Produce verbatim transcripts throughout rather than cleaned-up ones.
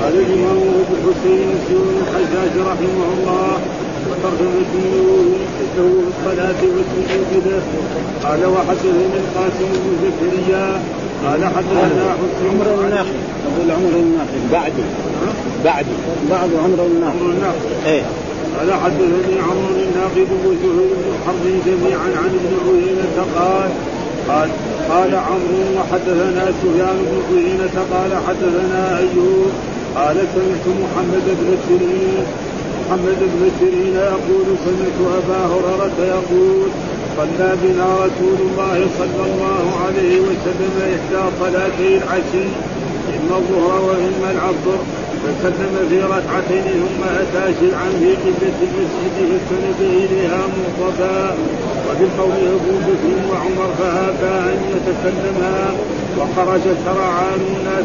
قال الإمام أبو الحسين مسلم الحجاج رحمه الله وترجمته له الصلاة والسجود له. قال وحدثني القاسم بن زكريا قال حدثنا حسين عمرو الناقد أقول عمرو الناقد بعده بعده بعد عمرو الناقد إيه. قال حدثني عمرو الناقد وزهير بن حرب جميعا عن ابن عيينة قال قال قال عمرو وحدثنا سفيان بن عيينة قال حدثنا أيوب قال سمعت محمد بن سيرين محمد بن سيرين يقول سمعت أبا هريرة يقول صلى بنا رسول الله صلى الله عليه وسلم إحدى صلاتي العشي إما الظهر وإما العصر فسلم في ركعتين ثم أتى شرعا في قبلة المسجد فاستند إليها مصطفى وبالقول أبو بكر وعمر فهابا أن يتكلما وخرج سرعان الناس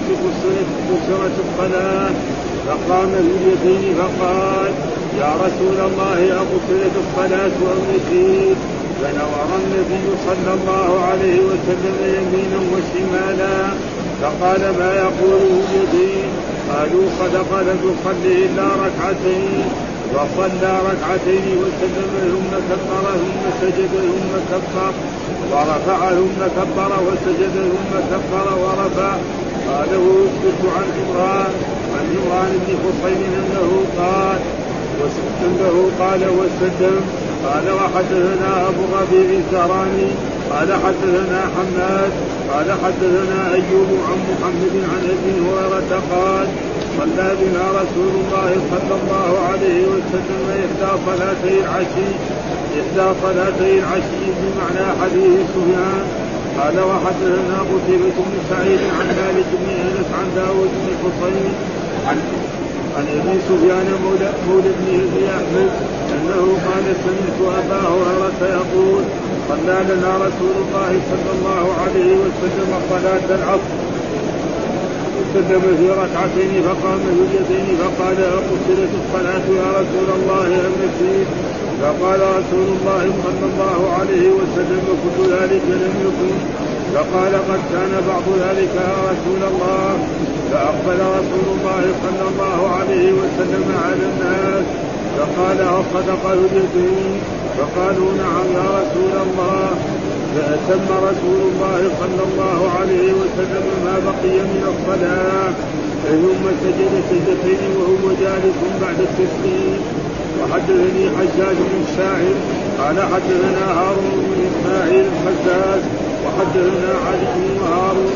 قصرت الصلاة فقام باليدين فقال يا رسول الله أقصرت الصلاة أم نسيت؟ فنظر النبي صلى الله عليه وسلم يمينا وشمالا فقال ما يقوله اليدين؟ قالوا صدق لم يصلي إلا ركعتين وصلى ركعتين وسلم ثم كبر ثم سجد ثم كبر ورفع ثم كبر وسجد ثم كبر ورفع. قاله يثبت عن عمران عن عمران بن حصين أنه قال أنه قال وسلم. قال وحدثنا أبو ربيع الزهراني قال حدثنا حماد قال حدثنا أيوب عن محمد عن أبي هريرة قال صلى بنا رسول الله صلى الله عليه وسلم إحدى صلاتي العشي إحدى صلاتي العشي بمعنى حديث سفيان. قال وحدثنا قتيبة بن سعيد عن مالك بن أنس عن داود بن حصين عن عن ابي سفيان مولى بن ابي احمد انه قال سمعت ابا هريره يقول صلى لنا رسول الله صلى الله عليه وسلم صلاه العصر وسلم في ركعتين فقام باليدين فقال اقصرت الصلاه يا رسول الله ام نسيت؟ فقال رسول الله صلى الله عليه وسلم كل ذلك لم يكن. فقال قد كان بعض ذلك يا رسول الله. فأقبل رسول الله صلى الله عليه وسلم على الناس فقال أصدق اليدين؟ فقالوا نعم يا رسول الله. فأتم رسول الله صلى الله عليه وسلم ما بقي من الصلاة ثم سجد سجدتين وهو جالس بعد التسليم. وحدثني حجاج بن الشاعر قال حدثنا هارون بن إسماعيل الحجاج وحدثنا علي بن هارون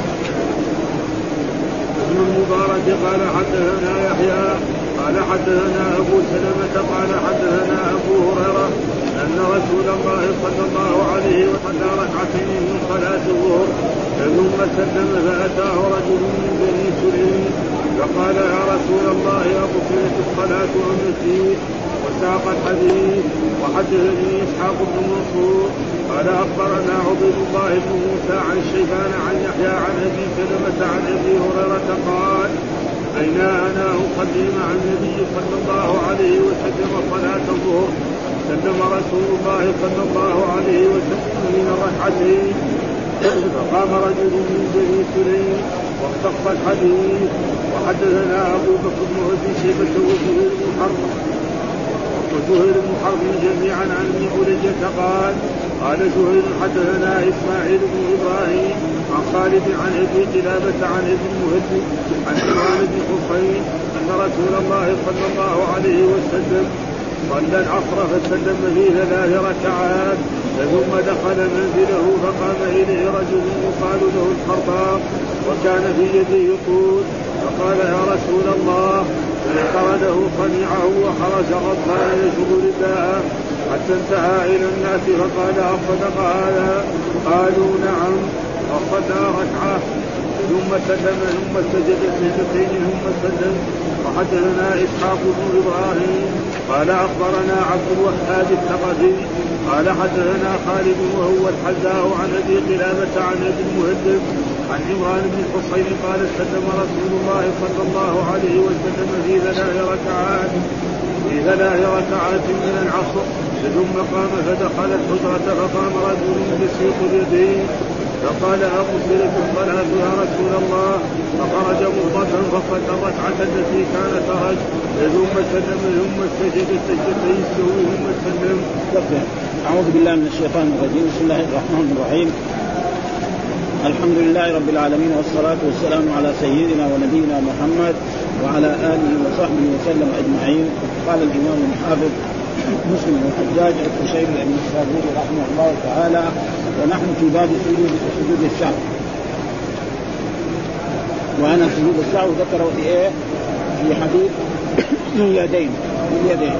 ابن المبارك قال حدثنا يحيى قال حدثنا أبو سلمة قال حدثنا أبو هريرة أن رسول الله صلى الله عليه وسلم ركعتين من صلاة الظهر ثم سلم فأتاه رجل من بني سليم فقال يا رسول الله أقصرت الصلاة أم نسيت؟ وساق الحديث. وحدثني إسحاق بن منصور قال أخبرنا عبيد الله بن موسى عن شيبان عن يحيى عن أبي سلمة عن أبي هريرة قال بين أنا أصلي مع النبي صلى الله عليه وسلم صلاة الظهر سلم رسول الله صلى الله عليه وسلم من الركعتين فقام رجل من بني سليم واختص الحديث. وحدثنا أبو بكر بن أبي شيبة وزهير بن حرب وزهير بن حرب جميعا عن ابن علية قال قال زهير حدثنا إسماعيل بن إبراهيم عن خالد عن أبي قلابة عن ابن مهدي عن عمران بن حصين أن رسول الله صلى الله عليه وسلم صلى العصر فسلم في ثلاث ركعات ثم دخل منزله فقام إليه رجل يقال له الخرباق وكان في يده طول فقال يا رسول الله فذكر له صنيعه وخرج غضبان يشغل رداءه حتى انتهى إلى الناس فقال أصدق هذا؟ قالوا نعم. وصلى ركعة ثم سلم ثم سجد سجدتين ثم سلم. وحدثنا إسحاق بن إبراهيم قال أخبرنا عبد الوهاب الثقفي قال حدثنا خالد وهو الحذاء عن أبي قلابة عن أبي المهدب عن عمران بن حصين قال سلم رسول الله صلى الله عليه وسلم في ثلاث ركعات في ثلاث ركعات من العصر ثم قام فدخل الحجرة فقام رجل بسيط اليدين فقال أرسلت الصلاة يا رسول الله؟ فخرج مضطرا فقد الركعة التي كان خرج ثم سلم ثم سجد السجدتين السهو ثم سلم. أعوذ بالله من الشيطان الرجيم. بسم الله الرحمن الرحيم. الحمد لله رب العالمين والصلاة والسلام على سيدنا ونبينا محمد وعلى آله وصحبه وسلم أجمعين. قال الإمام الحافظ مسلم بن الحجاج القشيري النسابوري رحمه الله تعالى، ونحن في باب سجود سجود السهو. وأنا سجود السهو ذكره في إيه؟ في حديث اليدين اليدين.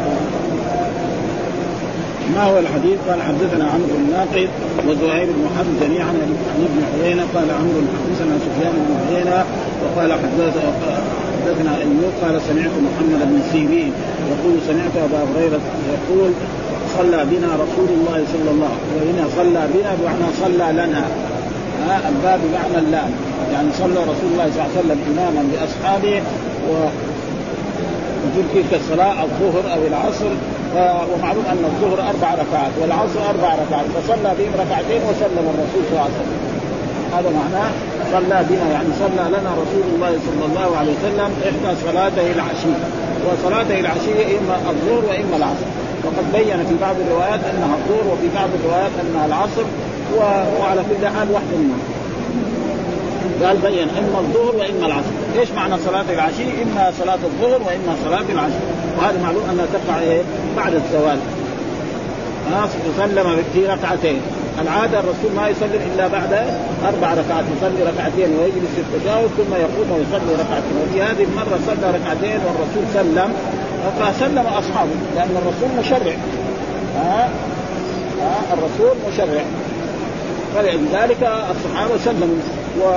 ما هو الحديث؟ قال حدثنا عمرو بن ناقد وزهير بن حرب جميعا عن ابن عيينة. قال عمرو حدثنا سفيان بن عيينة وقال حدثنا أيوب قال سمعت محمد بن سيرين يقول سمعت أبا هريرة يقول صلى بنا رسول الله صلى الله عليه وسلم. وهنا صلى بنا بمعنى صلى لنا، ها الباب بمعنى اللام، يعني صلى رسول الله صلى الله عليه وسلم إماما لأصحابه و وفي تلك الصلاة الظهر أو العصر. ومعلوم أن الظهر أربع ركعات والعصر أربع ركعات، فصلى بهم ركعتين وسلم الرسول صلى الله عليه وسلم. هذا معناه صلى بنا، يعني صلى لنا رسول الله صلى الله عليه وسلم إحدى صلاتي العشي. وصلاتي العشي إما الظهر وإما العصر، وقد بين في بعض الروايات أنها الظهر وفي بعض الروايات أنها العصر، وعلى كل حال واحد منهم. قال بين إما الظهر وإما العصر. إيش معنى صلاة العشي؟ إما صلاة الظهر وإما صلاة العشر، وهذا معلوم أنها تقع إيه؟ بعد الزوال. ها يسلم في ركعتين. العادة الرسول ما يسلم إلا بعد أربع ركعات، يصلي ركعتين ويجلس في التشهد ثم يقوم ويصلي ركعتين. وفي هذه المرة صلى ركعتين والرسول سلم، فسلم أصحابه لأن الرسول مشرع. ها ها الرسول مشرع، فلذلك الصحابة سلموا. و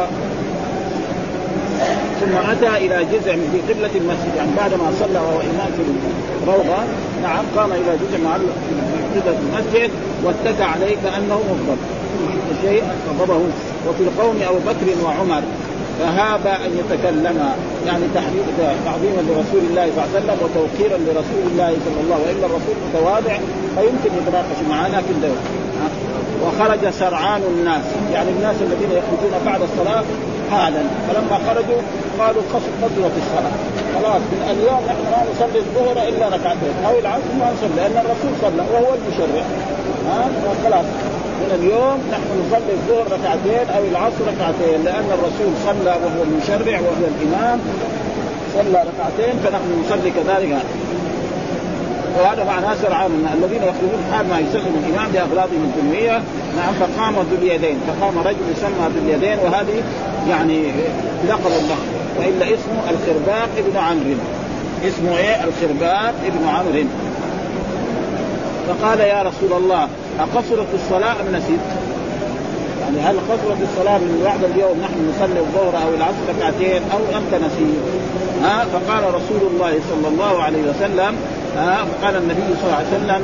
ثم أتى إلى جزع في قبلة المسجد، يعني بعدما صلى وهو إمام في الروضة، نعم قام إلى جزع مع في قبلة المسجد واتكى عليه كأنه مفضل شيء غضبه. وفي القوم أبو بكر وعمر فهاب أن يتكلم، يعني تعظيما لرسول الله صلى الله عليه وسلم وتوقيرا لرسول الله صلى الله عليه وسلم، وإلا الرسول متواضع فيمكن يتناقش معه، لكن ده. وخرج سرعان الناس، يعني الناس الذين يخرجون بعد الصلاة حالا، فلما خرجوا قالوا قصرت الصلاة، خلاص من اليوم نحن لا نصلي الظهر إلا ركعتين أو العصر ما نصلي، لأن الرسول صلى وهو المشرع. ها خلاص من اليوم نحن نصلي الظهر ركعتين أو العصر ركعتين، لأن الرسول صلى وهو المشرع وهو الإمام، صلى ركعتين فنحن نصلي كذلك. وهذا معناه سرعان الذين يخرجون حال ما يسلم الإمام بأغراضهم الدنيوية. نعم فقام ذو اليدين، فقام رجل يسمى ذو اليدين، وهذه يعني لقب الله، وإلا اسمه الخرباق ابن عمرو، اسمه إيه الخرباق ابن عمرو. فقال يا رسول الله أقصرت الصلاة أم نسيت؟ يعني هل قصرت الصلاة من بعد اليوم نحن نصلي الظهر أو العصر ركعتين أو أنت نسيت؟ ها فقال رسول الله صلى الله عليه وسلم، ها قال النبي صلى الله عليه وسلم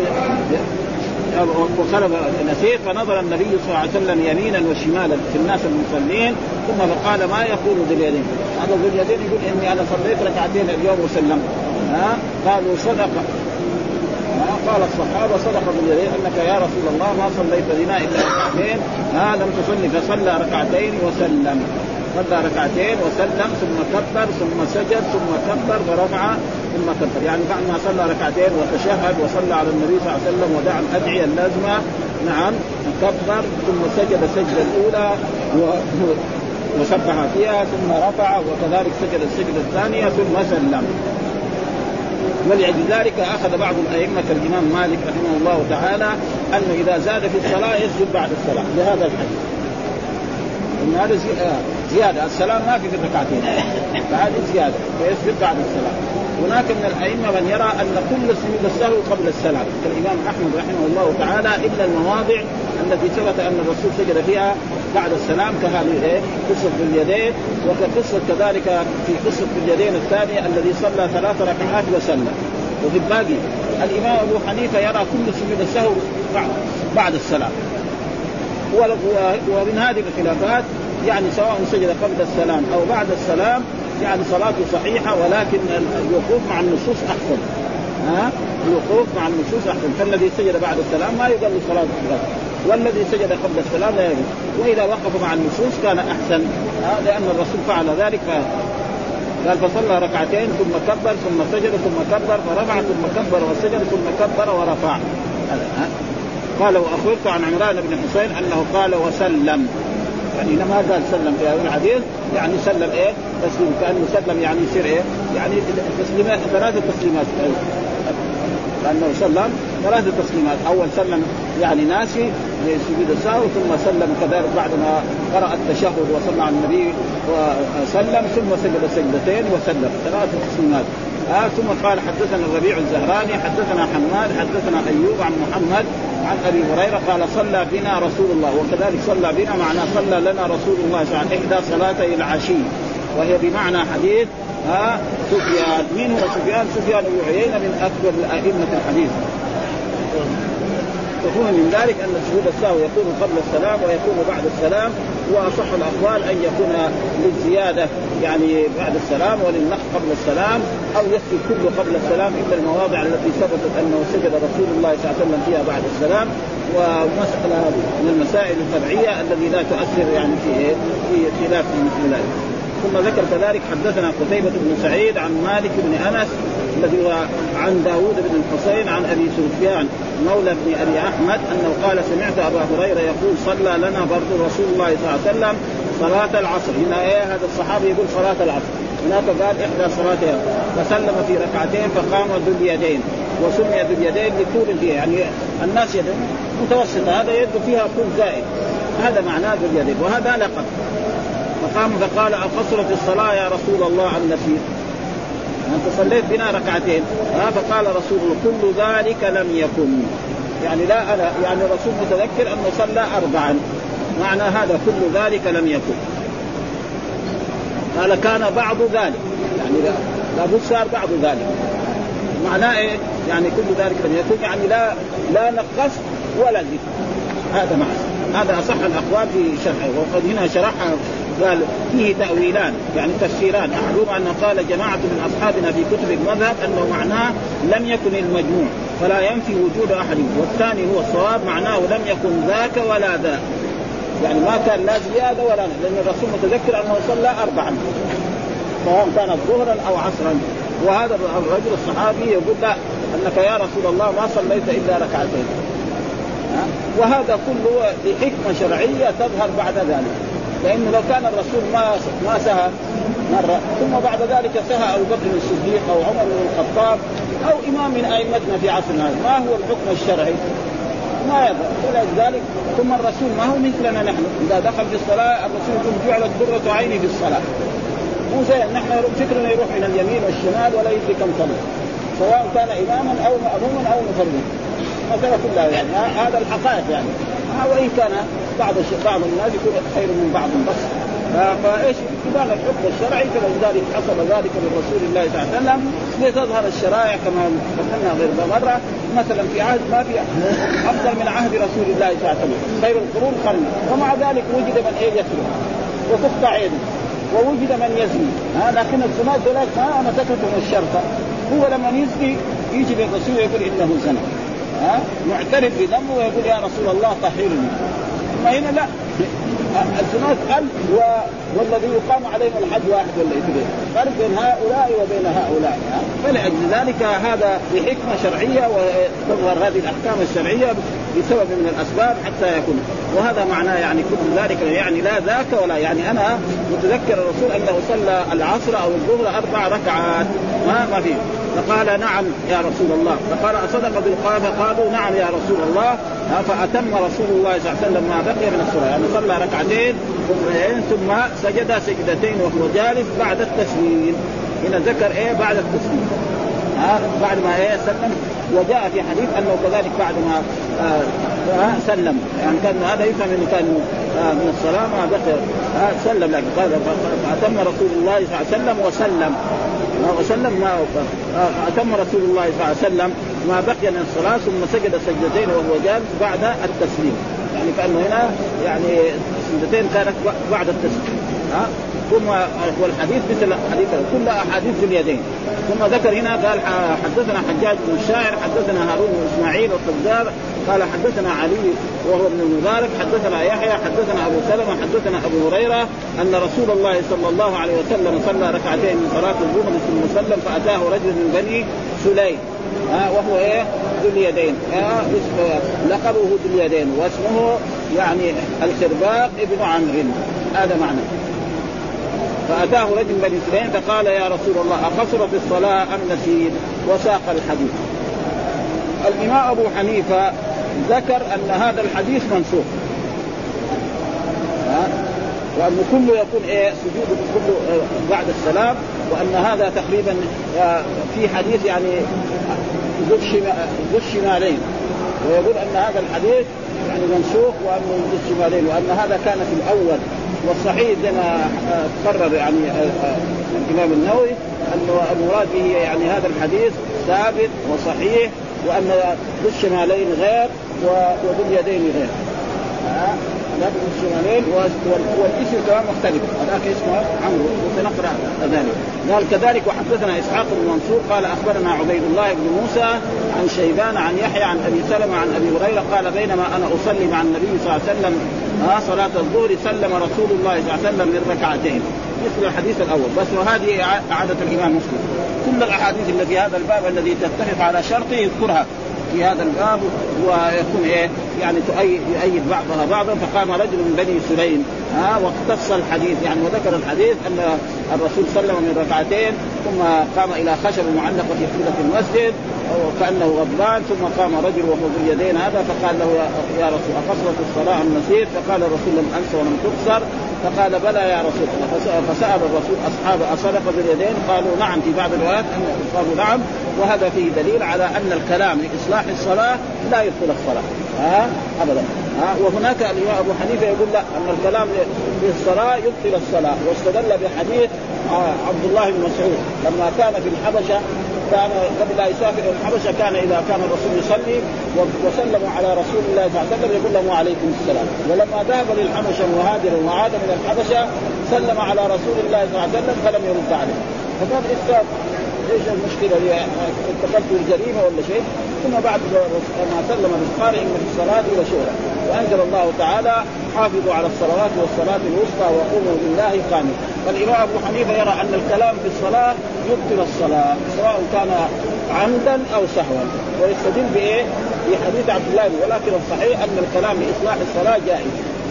وخلف نسيت. فنظر النبي صلى الله عليه وسلم يمينا وشمالا في الناس المصلين، ثم فقال ما يقول ذو اليدين؟ هذا ذو اليدين يقول إني أنا صليت ركعتين اليوم وسلمت. ها قالوا صدق. قال الصحابة صدق ذو اليدين أنك يا رسول الله ما صليت لنا إلا ركعتين، ها لم تصلي، فصلى ركعتين وسلم، صلى ركعتين وسلم ثم كبر ثم سجد ثم كبر ورفع ثم كبر، يعني بعد ما صلى ركعتين وتشهد وصلى على النبي صلى الله عليه وسلم ودعا الأدعية اللازمة، نعم كبر ثم سجد السجدة الأولى وسبح فيها ثم رفع، وكذلك سجد السجدة الثانية ثم سلم. ولذلك أخذ بعض الأئمة كالإمام مالك رحمه الله تعالى أنه إذا زاد في الصلاة يسجد بعد الصلاة لهذا الحديث، إن هذا زيادة، السلام ما في في الركعتين فهذه زيادة فيسجد بعد الصلاة. هناك من الأئمة من يرى أن كل سجود السهو قبل السلام كالإمام أحمد رحمه الله تعالى، إلا المواضع التي ثبت أن الرسول سجد فيها بعد السلام كهذه قصة باليدين، وكقصة كذلك في قصة باليدين الثانية الذي صلى ثلاث ركعات وسلم. وفي الباقي الإمام أبو حنيفة يرى كل سجود السهو بعد السلام. ومن هذه الخلافات يعني سواء سجد قبل السلام أو بعد السلام يعني صلاته صحيحة، ولكن الوقوف مع النصوص أحسن. ها الوقوف مع النصوص أحسن، فالذي سجد بعد السلام ما يقل صلاته، والذي سجد قبل السلام لا يجوز، وإذا وقف مع النصوص كان أحسن، لأن الرسول فعل ذلك. قال فصلى ركعتين ثم كبر ثم سجد ثم كبر فرفع ثم كبر وسجد ثم كبر ورفع. قال وأخبرت عن عمران بن حسين أنه قال وسلم، يعني لما قال سلم في هذا الحديث يعني سلم إيه تسليم، كأنه سلم يعني يصير إيه يعني تسليمات ثلاثة تسليمات، لأنه سلم ثلاثة تسليمات. أول سلم يعني ناسي لسجود السهو، ثم سلم كذلك بعدما قرأ التشهد وصلى على النبي وسلم، ثم سجد سجدتين وسلم ثلاثة تسليمات. آه ثم قال حدثنا الربيع الزهراني حدثنا حماد حدثنا أيوب عن محمد عن أبي هريرة قال صلى بنا رسول الله، وكذلك صلى بنا معناه صلى لنا رسول الله صلى الله عليه وسلم إحدى صلاتي العشي، وهي بمعنى حديث ها سفيان. من هو سفيان؟ سفيان بن عيينة من أكبر الأئمة الحديث. يكون من ذلك أن سجود السهو يكون قبل السلام ويكون بعد السلام، وأصح الأقوال أن يكون للزيادة يعني بعد السلام وللنقص قبل السلام، أو يسجد كله قبل السلام إلا المواضع التي ثبتت أنه سجد رسول الله صلى الله عليه وسلم فيها بعد السلام. ومسألة من المسائل الفرعية التي لا تؤثر يعني في في خلاف مثل ذلك. ثم ذكر كذلك حدثنا قتيبة بن سعيد عن مالك بن أنس الذي هو عن داود بن الحسين عن أبي سفيان مولى بن أبي أحمد أنه قال سمعت أبا هريرة يقول صلى لنا برضو رسول الله صلى الله عليه وسلم صلاة العصر. هنا إيه هذا الصحابي يقول صلاة العصر، هناك قال إحدى صلاتين، فسلم في ركعتين فقام ذو اليدين، وسمي ذو اليدين لطول فيها يعني الناس يد متوسطة، هذا يد فيها طول زائد، هذا معناه ذو اليدين، وهذا لقب. فقام فقال أقصرت الصلاة يا رسول الله عن نسيت، أنت صليت بنا ركعتين. فقال رسول الله كل ذلك لم يكن، يعني لا أنا يعني الرسول متذكر أنه صلى أربعا، معنى هذا كل ذلك لم يكن. قال كان بعض ذلك، يعني لا لابد صار بعض ذلك، معناه إيه؟ يعني كل ذلك لم يكن يعني لا لا نقص ولا زيد، هذا معنى. هذا أصح الأقوال في شرحه. وقد هنا شرحها قال فيه تأويلان يعني تفسيران، أحدهما أنه قال جماعة من أصحابنا في كتب المذهب أنه معناه لم يكن المجموع فلا ينفي وجود أحد، والثاني هو الصواب معناه لم يكن ذاك ولا ذا، يعني ما كان لا زيادة ولا لا، لأن الرسول متذكر أنه صلى أربعا سواء كانت ظهرا أو عصرا. وهذا الرجل الصحابي يقول لا أنك يا رسول الله ما صليت إلا ركعتين، وهذا كله لحكمة شرعية تظهر بعد ذلك، لأنه لو كان الرسول ما ما سهى مرة ثم بعد ذلك سهى أبو بكر الصديق أو عمر بن الخطاب أو إمام من أئمتنا في عصرنا، ما هو الحكم الشرعي؟ ما يظهر. ولذلك ثم الرسول ما هو مثلنا نحن، إذا دخل في الصلاة الرسول يقول جعلت قرة عيني في الصلاة، مو زي نحن فكرنا يروح من اليمين والشمال ولا يدري كم صلى، سواء كان إماما أو مأموما أو مفردا، مثلا كلها يعني هذا الحقائق يعني. وإن كان بعض بعض الناس يكون خير من بعض بس، فايش يبان الحكم الشرعي. فلذلك حصل ذلك من رسول الله صلى الله عليه وسلم لتظهر الشرائع كما قلنا غير مرة. مثلا في عهد ما في أفضل من عهد رسول الله صلى الله عليه وسلم، خير القرون قرني، ومع ذلك وجد من إيه يسرق وتقطع يده، ووجد من يزني، ها لكن الزنا دولات ما مسكتهم الشرطة. هو لما يزني يجي بالرسول يقول إنه زنا، ها معترف بذنبه ويقول يا رسول الله طهرني. ما هنا لا، الزنا قل و... والذي يقام عليهم الحد واحد ولا اثنين، فرق بين هؤلاء وبين هؤلاء. فلأجل ذلك هذا بحكمة شرعية، وتظهر هذه الأحكام الشرعية بسبب من الأسباب حتى يكون. وهذا معناه يعني كل ذلك يعني لا ذاك ولا، يعني أنا متذكر الرسول أنه صلى العصر أو الظهر أربع ركعات ما ما فيه. فقال نعم يا رسول الله، فقال أصدق بالقاء؟ فقالوا نعم يا رسول الله. فأتم رسول الله صلى الله عليه وسلم ما بقي من الصلاة، يعني صلى ركعتين ثم سجد سجدتين وهو جالس بعد التسليم. هنا ذكر إيه بعد التسليم، ها بعد ما إيه سلم. وجاء في حديث أنه كذلك بعد ما آه سلم، يعني كان هذا يفهم أنه كان آه من الصلاة ما بقي آه سلم، لكن قال فأتم رسول الله صلى الله عليه وسلم وسلم وسلم ما أتم رسول الله صلى الله عليه وسلم ما بقي من الصلاة ثم سجد سجدتين وهو جالس بعد التسليم، يعني كأنه هنا يعني سجدتين كانت بعد التسليم. ها ثم والحديث مثل حديث كل أحاديث ذو اليدين. ثم ذكر هنا قال حدثنا حجاج بن الشاعر حدثنا هارون بن إسماعيل والقذاب قال حدثنا علي وهو ابن المبارك حدثنا يحيى حدثنا أبو سلمة حدثنا أبو هريرة أن رسول الله صلى الله عليه وسلم صلى ركعتين من صلاة الظهر ثم سلم فأتاه رجل من بني سليم آه وهو إيه ذو اليدين آه لقبه ذو اليدين واسمه يعني الخرباق ابن عمرو هذا معنى. فأتاه رجل من بني سليم فقال يا رسول الله أقصر في الصلاة أم نسيت وساق الحديث. الإمام أبو حنيفة ذكر أن هذا الحديث منسوخ آه وأنه كله يكون إيه سجود كله بعد السلام وأن هذا تقريبا في حديث يعني ذو الشمالين ويقول أن هذا الحديث يعني منسوخ وأنه ذو الشمالين وأن هذا كان في الأول. والصحيح زي ما قرر يعني الإمام النووي أنه المراد به يعني هذا الحديث ثابت وصحيح وأن ذو الشمالين غير وذو اليدين غير لا ذو الشمالين والاسم كمان مختلف هذاك اسمه عمرو وسنقرأ ذلك. قال كذلك وحدثنا إسحاق بن منصور قال أخبرنا عبيد الله بن موسى عن شيبان عن يحيى عن أبي سلمة عن أبي هريرة قال بينما أنا أصلي مع النبي صلى الله عليه وسلم صلاة الظهر سلم رسول الله صلى الله عليه وسلم من ركعتين مثل الحديث الأول بس. وهذه عادة الإمام مسلم كل الأحاديث التي في هذا الباب الذي تتفق على شرطه يذكرها في هذا الباب ويكون إيه يعني يؤيد بعضها بعضا. فقام رجل من بني سليم ها واختص الحديث يعني وذكر الحديث أن الرسول سلم من ركعتين ثم قام إلى خشب معلقة في قبلة المسجد وكأنه غضبان ثم قام رجل وهو ذو اليدين هذا فقال له يا رسول أقصرت الصلاة أم نسيت؟ فقال الرسول لم أنس ولم تقصر. فقال بلى يا رسول الله. فسأل الرسول أصحاب أصدق ذو اليدين قالوا نعم في بعض الروايات قالوا نعم. وهذا فيه دليل على أن الكلام لإصلاح الصلاة لا يدخل الصلاة ها أبدا ها. وهناك الإمام أبو حنيفة يقول لا أن الكلام في الصلاة يدخل الصلاة واستدل بحديث عبد الله بن مسعود لما كان في الحبشة كان قبل لا يسافر الحبشة كان إذا كان الرسول يصلي وسلم على رسول الله صلى الله عليه وسلم يقول له عليكم السلام. ولما ذهب للحبشة مهاجرا وعاد من الحبشة سلم على رسول الله صلى الله عليه وسلم فلم يرد عليه. فقال إستاذ ايش المشكلة اللي ارتكبت الجريمة ولا شيء؟ ثم بعد ما سلم بالقارئ من الصلاة إلى شورى وأنزل الله تعالى حافظوا على الصلوات والصلاة الوسطى وقوموا بالله قانتا. فالإمام أبو حنيفة يرى أن الكلام في الصلاة يبطل الصلاة سواء كان عمدا أو سهوا ويستدل بإيه؟ بحديث عبد الله. ولكن الصحيح أن الكلام لإصلاح الصلاة جائز.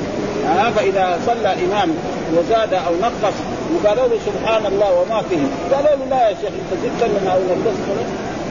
آه فإذا صلى إمام وزاد أو نقص وقالوا له سبحان الله وما فيه قالوا له لا يا شيخ انت زدت لنا او نقصت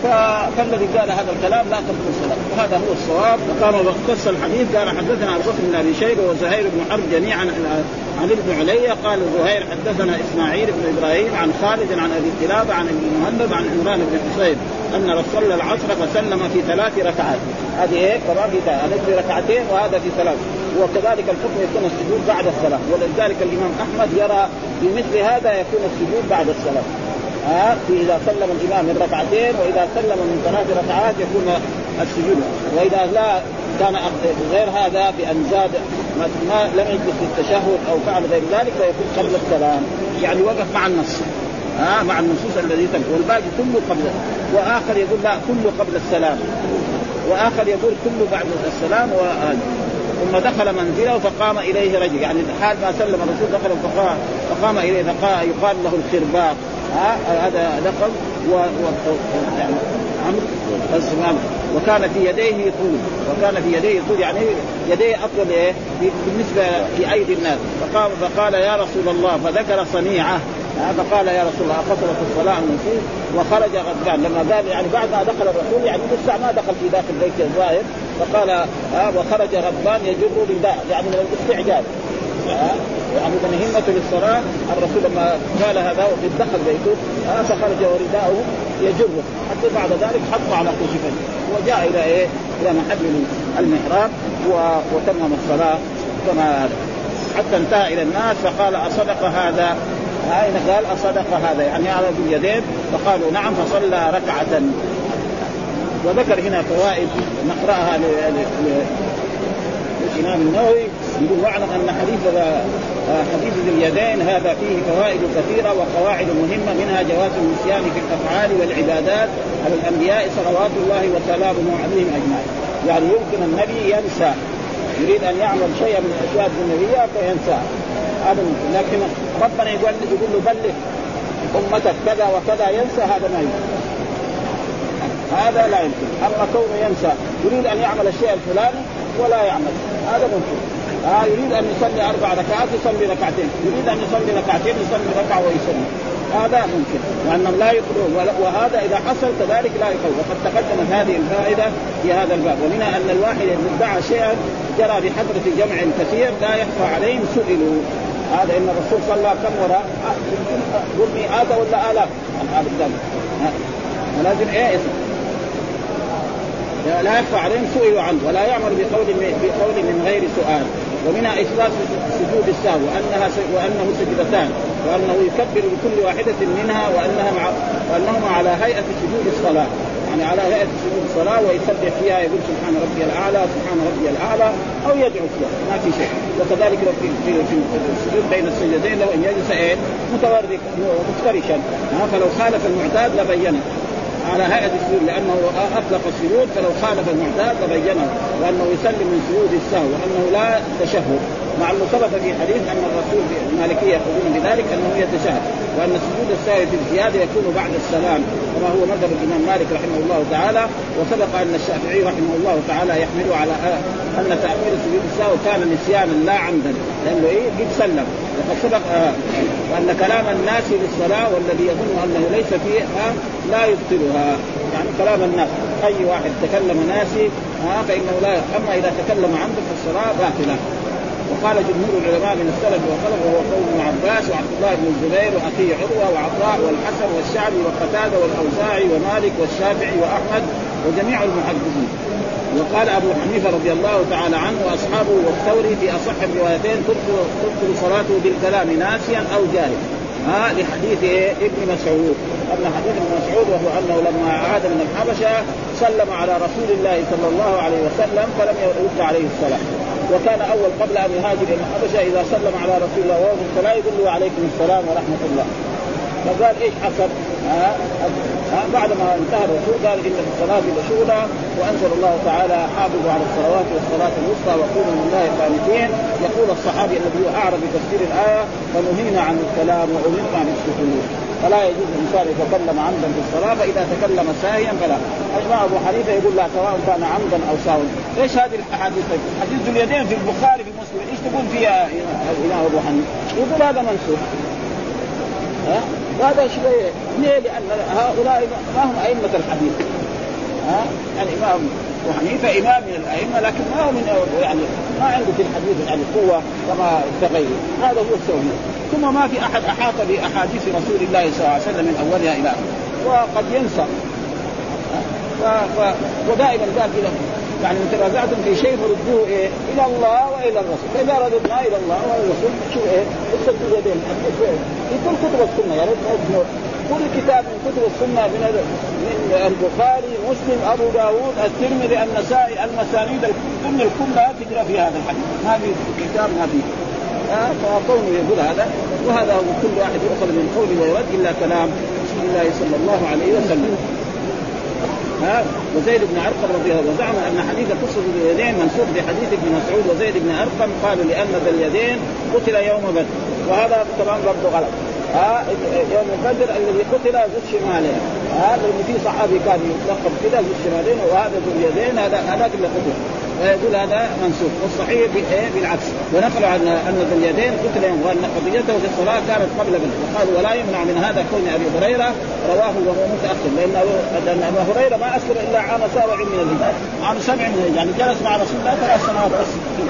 فالذي قال هذا الكلام لا تبطل الصلاة وهذا هو الصواب. فقام واختص الحديث قال حدثنا ابو بكر بن ابي شيبه وزهير بن حرب جميعا عن ابن عليا قال زهير حدثنا اسماعيل بن ابراهيم عن خالد عن ابي قلابه عن ابن مهند عن عمران بن حصين ان رسول العصر فسلم في ثلاث ركعات. هذه ايه قرار في ركعتين وهذا في ثلاث. وكذلك الحكم يكون السجود بعد الصلاة ولذلك الإمام أحمد يرى بمثل هذا يكون السجود بعد الصلاة ها في إذا سلم الإمام من ركعتين وإذا سلم من ثلاث ركعات يكون السجود. وإذا لا كان غير هذا بأن زاد ما لم يجلس في التشهد أو فعل غير ذلك فيكون قبل السلام يعني وقف مع النص ها مع النصوص الذي تم والباقي كله قبل. وآخر يقول لا كله قبل السلام وآخر يقول كله بعد السلام. وآخر ثم دخل منزله فقام إليه رجل يعني حال ما سلم الرسول دخل فقام, فقام إليه فقام يقال له الخرباق ها هذا لقب و, و... يعني عمرو وكان في يديه طول وكان في يديه طول يعني يديه أطول إيه بالنسبة لأيدي الناس. فقام فقال يا رسول الله فذكر صنيعه فقال يا رسول الله قصرت الصلاة من فيه وخرج غضبان. لما قال يعني بعد ما دخل الرسول يعني لسه ما دخل في داخل بيت الظاهر فقال آه وخرج غضبان يجر رداء يعني من الاستعجاب آه يعني من همة للصلاة. الرسول لما قال هذا وقد دخل بيته آه فخرج ورداءه يجره حتى بعد ذلك حط على كشفه وجاء إلى إيه إلى محل المحراب وتمم الصلاة كما حتى انتهى إلى الناس فقال أصدق هذا هاي قال أصدق هذا يعني على باليدين فقالوا نعم فصلى ركعة. وذكر هنا فوائد نقرأها للإمام النووي يقول واعلم أن حديث حديث ذي اليدين هذا فيه فوائد كثيرة وقواعد مهمة، منها جواز النسيان في الأفعال والعبادات على الأنبياء صلوات الله وسلامه عليهم أجمعين. يعني يمكن النبي ينسى، يريد أن يعمل شيئا من الأشياء الدنيوية فينسى، هذا ممكن. لكن ربنا يقول يقول له بلغ أمتك كذا وكذا، ينسى، هذا ما يمكن، هذا لا يمكن. أما كونه ينسى يريد أن يعمل الشيء الفلاني ولا يعمل، هذا ممكن. آه يريد أن يصلي أربع ركعات يصلي ركعتين، يريد أن يصلي ركعتين يصلي ركعة ويصلي، هذا ممكن، وأنهم لا يقولون. وهذا إذا حصل كذلك لا يقول. وقد تقدمت هذه الفائدة في هذا الباب. ومنها أن الواحد إذا ادعى شيئا جرى بحضرة جمع كثير لا يخفى عليهم سئلوا. هذا إن الرسول صلى الله عليه وسلم كم وراء قل مئات ولا آلاف هذا الدم، ولازم إيه اسم لا يخفى عليهم سئلوا عنه، ولا يعمل بقول بقول من غير سؤال. ومنها إثبات سجود السهو وأنها وأنه سجدتان، وأنه يكبر بكل واحدة منها، وأنها مع وأنهما على هيئة سجود الصلاة، يعني على هيئة سجود الصلاة، ويسبح فيها يقول سبحان ربي الأعلى سبحان ربي الأعلى، أو يدعو فيها ما في شيء. وكذلك في في السجود بين السجدين لو أن يجلس إيه متورك مفترشا، فلو خالف المعتاد لبينه على هيئة السجود، لأنه أطلق السجود، فلو خالف المعتاد لبينه، وأنه يسلم من سجود السهو، وأنه لا تشهد، مع أنه ثبت في حديث أن الرسول المالكية يقولون بذلك أنه يتشهد، وأن سجود السهو في الزيادة يكون بعد السلام، كما هو مذهب الإمام مالك رحمه الله تعالى. وسبق أن الشافعي رحمه الله تعالى يحمل على أن تأخير سجود السهو كان نسيانا لا عمدا، لأنه إيه قد سلم. وقد سبق أن كلام الناس للصلاة والذي يظن أنه ليس فيه لا يبطلها، يعني كلام الناس أي واحد تكلم ناسي فإنه لا، أما إذا تكلم عنده في الصلاة باطلة. وقال جمهور العلماء من السلف والخلف، وهو قول ابن عباس وعبد الله بن الزبير وأخي عروة وعطاء والحسن والشعبي وقتادة والأوزاعي ومالك والشافعي وأحمد وجميع المحدثين. وقال أبو حنيفة رضي الله تعالى عنه وأصحابه والثوري في أصح الروايتين تبطل صلاته بالكلام ناسيا أو جاهل، ها لحديث ابن مسعود، أن حديث ابن مسعود وهو أنه لما عاد من الحبشة سلم على رسول الله صلى الله عليه وسلم فلم يرد عليه السلام، وكان أول قبل أن يهاجر إلى الحبشة إذا سلم على رسول الله وهو في الصلاة يقول له عليكم السلام ورحمة الله. فقال إيش حصل؟ ها ها بعد ما انتهى الرسول قال إن في الصلاة لشغلا، وأنزل الله تعالى حافظوا على الصلوات والصلاة الوسطى وقولوا لله قانتين. يقول الصحابي الذي هو أعرف بتفسير الآية فنهينا عن الكلام وأمرنا بالسكوت، فلا يجوز الإنسان يتكلم عمدا في الصلاة، فإذا تكلم ساهيا فلا. أجمع أبو حنيفة يقول لا سواء كان عمدا أو ساهوا. إيش هذه الأحاديث؟ حديث ذو اليدين في البخاري في مسلم، إيش تقول فيها الإمام أبو حنيفة؟ يقول هذا منسوخ. ها هذا شيء ليه؟ لأن هؤلاء ما هم أئمة الحديث. ها يعني الإمام أبو حنيفة إمام من الأئمة، لكن ما هو من يعني ما عنده في الحديث يعني قوة كما تغير، هذا هو السوي. ثم ما في أحد أحاط بأحاديث رسول الله صلى الله عليه وسلم من أولها إلى آخره، وقد ينسى. ف... ف... ودائما قال إلى يعني إن تنازعتم في شيء فردوه إيه إلى الله وإلى الرسول، فإذا رددنا إلى الله وإلى الرسول شو إيه السجود يدين في كل كتب السنة، يعني كل كتاب من كتب السنة من من البخاري مسلم أبو داود الترمذي النسائي المسانيد السنة كلها تجرى في هذا الحديث، ما في كتاب ما في آه فقوله يقول هذا، وهذا هو كل واحد يؤخذ من قوله ويرد إلا كلام رسول الله صلى الله عليه وسلم. ها وزيد بن أرقم رضي الله عنه وزعم أن حديث قصة ذي اليدين منسوخ بحديث ابن مسعود وزيد بن أرقم، قالوا لأن ذا اليدين قتل يوم بدر، وهذا طبعا برضه غلط. ها يوم بدر الذي قتل ذو الشمالين، هذا اللي فيه صحابي كان يلقب كذا ذو الشمالين، وهذا ذو اليدين هذا هذاك اللي قتل، ويقول هذا منسوخ. والصحيح بالعكس، ونقلوا عن أن ذو اليدين قتل يوم، وأن قضيته في الصلاة كانت قبل بدر، وقالوا ولا يمنع من هذا كون أبي هريرة رواه وهو متأخر، لأن لأن أبا هريرة ما أسلم إلا عام سابع من الهجرة، عام سبع من الهجرة، يعني جلس مع رسول الله ثلاث سنوات بس،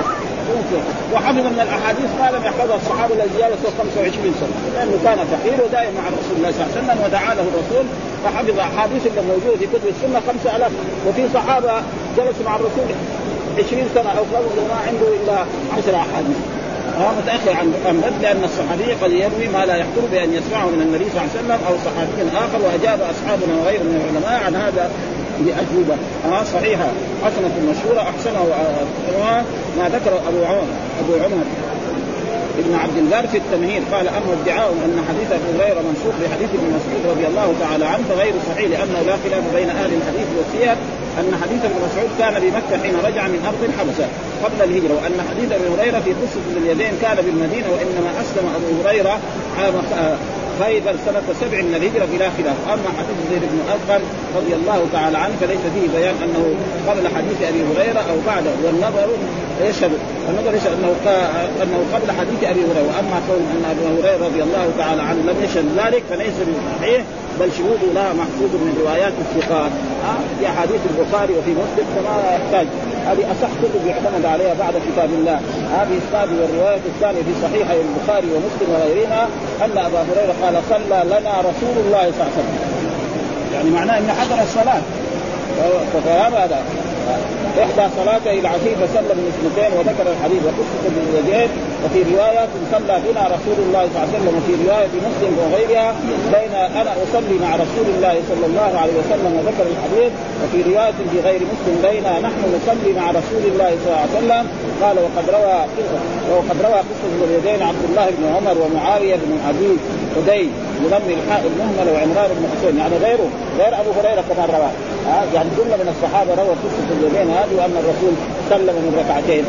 وحفظ من الأحاديث ما لم يحفظها الصحابة الذين جلسوا خمسة وعشرين سنة، لأنه كان فقير ودائما مع رسول الله صلى الله عليه وسلم، ودعا له الرسول فحفظ أحاديث اللي موجودة في كتب السنة خمسة آلاف، وفي صحابة جلسوا مع الرسول عشرين سنة أو خمسة ما عنده إلا عشر أحاديث. هو متأخر عن بدر، لأن الصحابي قد يروي ما لا يحضر بأن يسمعه من النبي صلى الله عليه وسلم أو صحابي آخر. وأجاب أصحابنا وغيرهم من العلماء عن هذا بأجوبة ها صحيحة حسنة مشهورة أحسنه ما ذكر أبو عمر أبو عمر ابن عبد البر في التمهيد قال أما ادعاء أن حديث أبي هريرة منسوخ بحديث ابن مسعود رضي الله تعالى عنه فغير صحيح لأنه لا خلاف بين أهل الحديث والسير أن حديث ابن مسعود كان بمكة حين رجع من أرض الحبشة قبل الهجرة وأن حديث أبي هريرة في قصة اليدين كان بالمدينة وإنما أسلم أبو هريرة عام خيبر سنة سبع من الهجرة بلا خلاف. أما حديث زيد بن أرقم رضي الله تعالى عنه فليس فيه بيان أنه قبل حديث أبي هريرة أو بعده والنظر يشهد النظر يشهد أنه أنه قبل حديث أبي هريرة. وأما قول أن أبي هريرة رضي الله تعالى عنه لم يشهد ذلك فليس بصحيح بل شهوده لها محفوظ من روايات الثقات في أحاديث البخاري وفي مسلم فما يحتاج هذه أصح كتب يعتمد عليها بعد كتاب الله. هذه إسناد والرواية الثانية في صحيحي البخاري ومسلم وغيرهما أن أبا هريرة قال صلى لنا رسول الله صلى الله عليه وسلم يعني معناه أن حضر الصلاة ففهم هذا إحدى صلاته العشي فسلم من اثنتين وذكر الحديث وقصة باليدين. وفي رواية صلى بنا رسول الله صلى الله عليه وسلم وفي رواية مسلم وغيرها بين أنا أصلي مع رسول الله صلى الله عليه وسلم وذكر الحديث. وفي رواية في غير مسلم بين نحن نصلي مع رسول الله صلى الله عليه وسلم قال وقد روى وقد روى قصة باليدين عبد الله بن عمر ومعاوية بن أبي حدي يضم الحاء المهمل وعمران بن حسين يعني غيره غير أبو هريرة كما روى آه يعني جملة من الصحابة روى قصة اليدين هذه وأن الرسول سلم من ركعتين.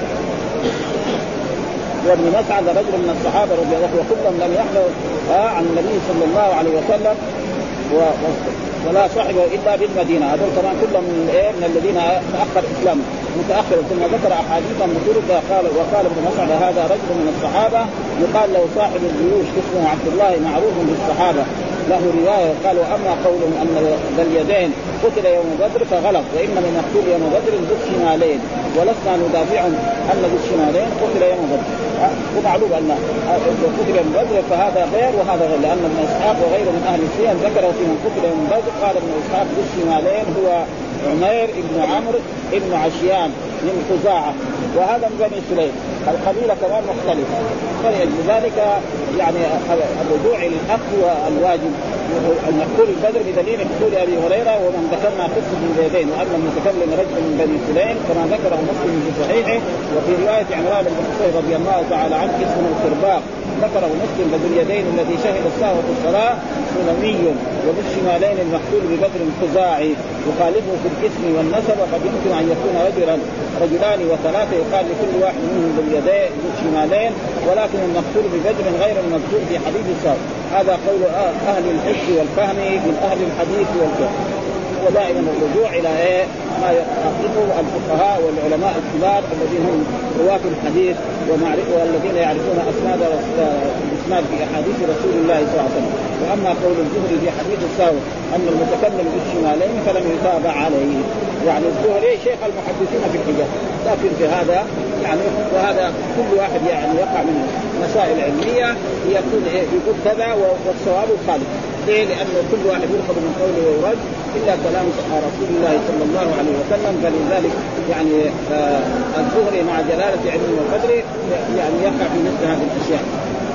وابن مسعد رجل من الصحابة رضي الله عنه وكلهم لم يحضروا آه عن النبي صلى الله عليه وسلم و... ولا صاحبه إلا بالمدينة. هذول كمان كلهم من, إيه من الذين تأخر إسلام متأخر ثم ذكر أحاديثا مطولة قال وقال ابن مسعد هذا رجل من الصحابة يقال له صاحب الجيوش اسمه عبد الله معروف بالصحابة له رواية. قال وأما قولهم أن ذا اليدين قتل يوم بدر فغلط وإن من مقتول يوم بدر بالشمالين ولسنا ندافع أن بالشمالين قتل يوم بدر. ومعلوم أن قتل يوم بدر فهذا غير وهذا غير لأن ابن إسحاق وغيره من أهل السير ذكره في من قتل يوم بدر. قال ابن إسحاق بالشمالين هو عمير ابن عمرو ابن عشيان من خزاعة وهذا من بني سليم القبيلة كمان مختلفة. فلذلك يعني الرجوع إلى الحق والواجب المقتول البدر بدليل مقتول أبي هريرة ومن ذكرنا قصة اليدين وأما المتكلم رجل من بني سليم كما ذكره مسلم في صحيحه. وفي رواية عمران بن حسين رضي الله تعالى عنه اسمه الكرباق ذكره مسلم بذو اليدين الذي شهد الساعة الصلاة سلمي وبالشمالين المقتول ببدر خزاعي يخالفه في الاسم والنسب وقد يمكن أن يكون رجلا رجلان وثلاثة يقال لكل واحد منهم باليدين بالشمالين ولكن المقتول ببدر غير المقتول في حديث السابق. هذا قول أهل الحفظ والفهم من أهل الحديث والفقه. ودائما الرجوع إلى إيه ما يحققه الفقهاء والعلماء الكبار الذين هم رواة الحديث والذين يعرفون أسناد الإسناد في أحاديث رسول الله صلى الله عليه وسلم. وأما قول الزهري في حديث الساوي أن المتكلم بالشمالين فلم يتابع عليه يعني الزهري شيخ المحدثين في الحجاز لكن في هذا يعني وهذا كل واحد يعني يقع من مسائل علمية يكون إيه يقول كذا والصواب خالف ليه؟ لأنه كل واحد يرفض من قوله ويرد إلا كلام رسول الله صلى الله عليه وسلم. فلذلك يعني آه الزهري مع جلالة علمه وقدره يعني يقع في مثل هذه الأشياء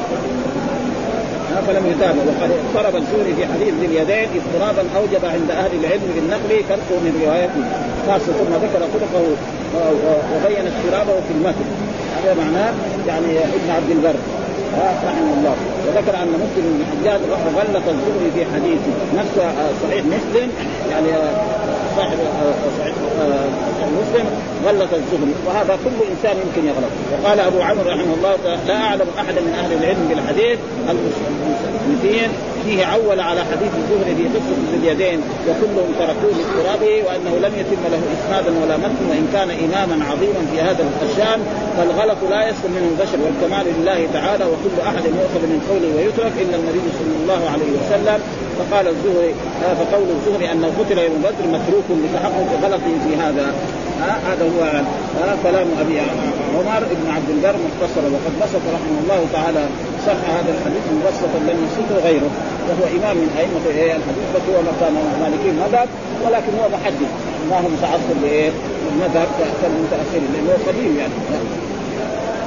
فلم يتابع. وقد اضطرب الزهري في حديث ذي اليدين اضطرابا أوجب عند أهل العلم بالنقل تركه من روايته خاصة ثم ذكر طرقه وبين اضطرابه في المتن. هذا معناه يعني ابن عبد البر رحمه الله. وذكر أن مسلم بن الحجاج غلط الزهري في حديثه نفس صحيح مسلم يعني صاحب صحيح مسلم غلط الزهري وهذا كل إنسان يمكن يغلط. وقال أبو عمرو رحمه الله لا أعلم أحدا من أهل العلم بالحديث المسلمين فيه عول على حديث الزهري في قصة اليدين وكلهم تركوه لاضطرابه وأنه لم يتم له إسنادا ولا متن وإن كان إماما عظيما في هذا الشأن فالغلط لا يسلم منه البشر والكمال لله تعالى وكل أحد يؤخذ من قوله ويترك إلا النبي صلى الله عليه وسلم. فقال الزهري فقول الزهري أنه قتل يوم بدر متروك لتحقق غلط في هذا. هذا هو كلام أبي عمر بن عبد البر مختصرا. وقد بسط رحمه الله تعالى صح هذا الحديث مبسطا لم يصفه غيره وهو إمام من أئمة الحديث بس هو مكان مالكي المذهب ولكن هو محدث ما هو متعصب للمذهب كالمتأخرين لأنه قديم يعني.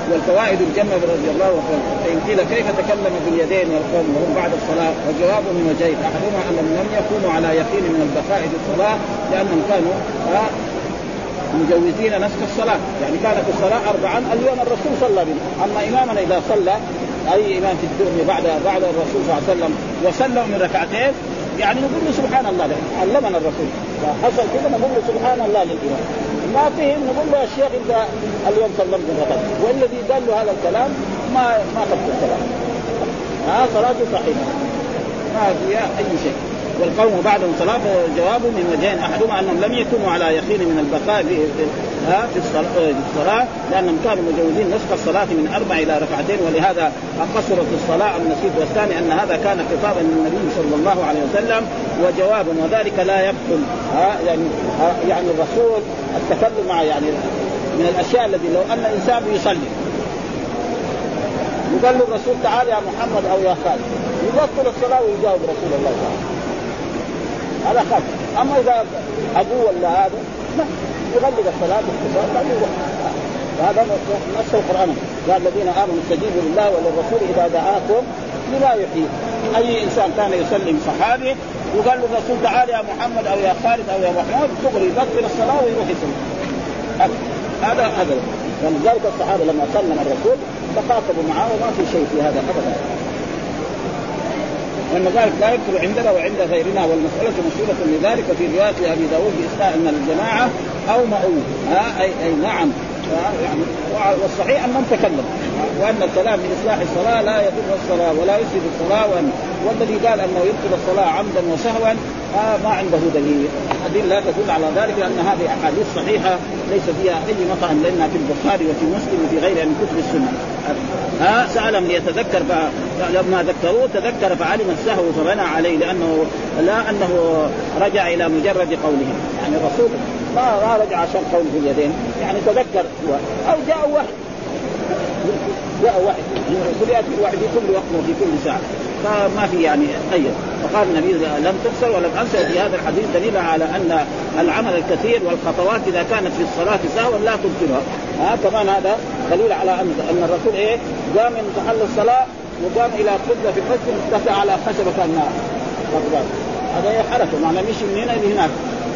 والفوائد الجمة رضي الله عنه. فإن قيل كيف تكلم باليدين والقوم وهم بعد الصلاة؟ وجواب من وجهين: أحدهما أنهم لم يكونوا على يقين من البقاء في الصلاة لأنهم كانوا مجوزين نسك الصلاة، يعني كانت الصلاة أربعا اليوم الرسول صلى بنا. أما إمامنا إذا صلى أي إمام في الدنيا بعد بعد الرسول صلى الله عليه وسلم وصلى من ركعتين يعني نقول له سبحان الله، علمنا الرسول فحصل كذا نقول له سبحان الله للإمام. ما فهم نقول له الشيخ إذا اليوم صلى من ركعتين، والذي قال له هذا الكلام ما ما قبل الصلاة، ها صلاته صحيحة ما فيها أي شيء. والقوم بعدهم صلاة جواب من وجهين: أحدهما أنهم لم يكونوا على يقين من البقاء في في الصلاة لأنهم كانوا مجوزين نسخ الصلاة من أربع إلى ركعتين ولهذا قصرت الصلاة النصيب. والثاني أن هذا كان خطابا للنبي صلى الله عليه وسلم وجوابا، وذلك لا يبطل يعني يعني الرسول التكلم مع يعني من الأشياء التي لو أن إنسان يصلي يقال له الرسول تعالى يا محمد أو يا خالد يبطل الصلاة ويجاوب رسول الله تعالى على خاطر. أما إذا أبوه ولا هذا لا يغلق الصلاة باختصار هذا نص القرآن قال الذين آمنوا استجيبوا لله وللرسول إذا دعاكم لما يحيي. أي إنسان كان يسلم صحابي وقال له الرسول تعالى يا محمد أو يا خالد أو يا محمود تغري يبطل الصلاة ويروح يسلم. هذا هذا ولذلك الصحابة لما سلم الرسول تخاطبوا معه وما في شيء في هذا أبدا. وأن ذلك لا يكثر عندنا وعند غيرنا، والمسألة مشهورة لذلك في رواية أبي داود بإسناد أن الجماعة أو مؤون ها أي, أي نعم يعني. والصحيح أن من تكلم وأن الكلام من إصلاح الصلاة لا يضر الصلاة ولا يفسد الصلاة، والذي قال أنه يبطل الصلاة عمدا وسهوا ما عنده دليل الدين لا تدل على ذلك، لأن هذه أحاديث صحيحة ليس فيها أي مطعن لنا في البخاري وفي مسلم وفي غيره من كتب السنة. ها سألهم ليتذكر فلما ذكروه تذكر فعلم السهو فبنى عليه، لأنه لا أنه رجع إلى مجرد قولهم، يعني الرسول ما رجع عشان قوله في اليدين، يعني تذكر أو جاء واحد جاء واحد يعني الرسول يأتي واحد في كل وقت وفي كل ساعة فما في يعني أي. فقال النبي لم تكسر ولم أنسى في هذا الحديث دليل على أن العمل الكثير والخطوات إذا كانت في الصلاة سهوا لا تبطلها. ها كمان هذا دليل على أن أن الرسول إيه قام من محل الصلاة وقام إلى قبلة في المسجد دفع على خشبة النار، هذا هي حركة معنى مشي من هنا لهناك.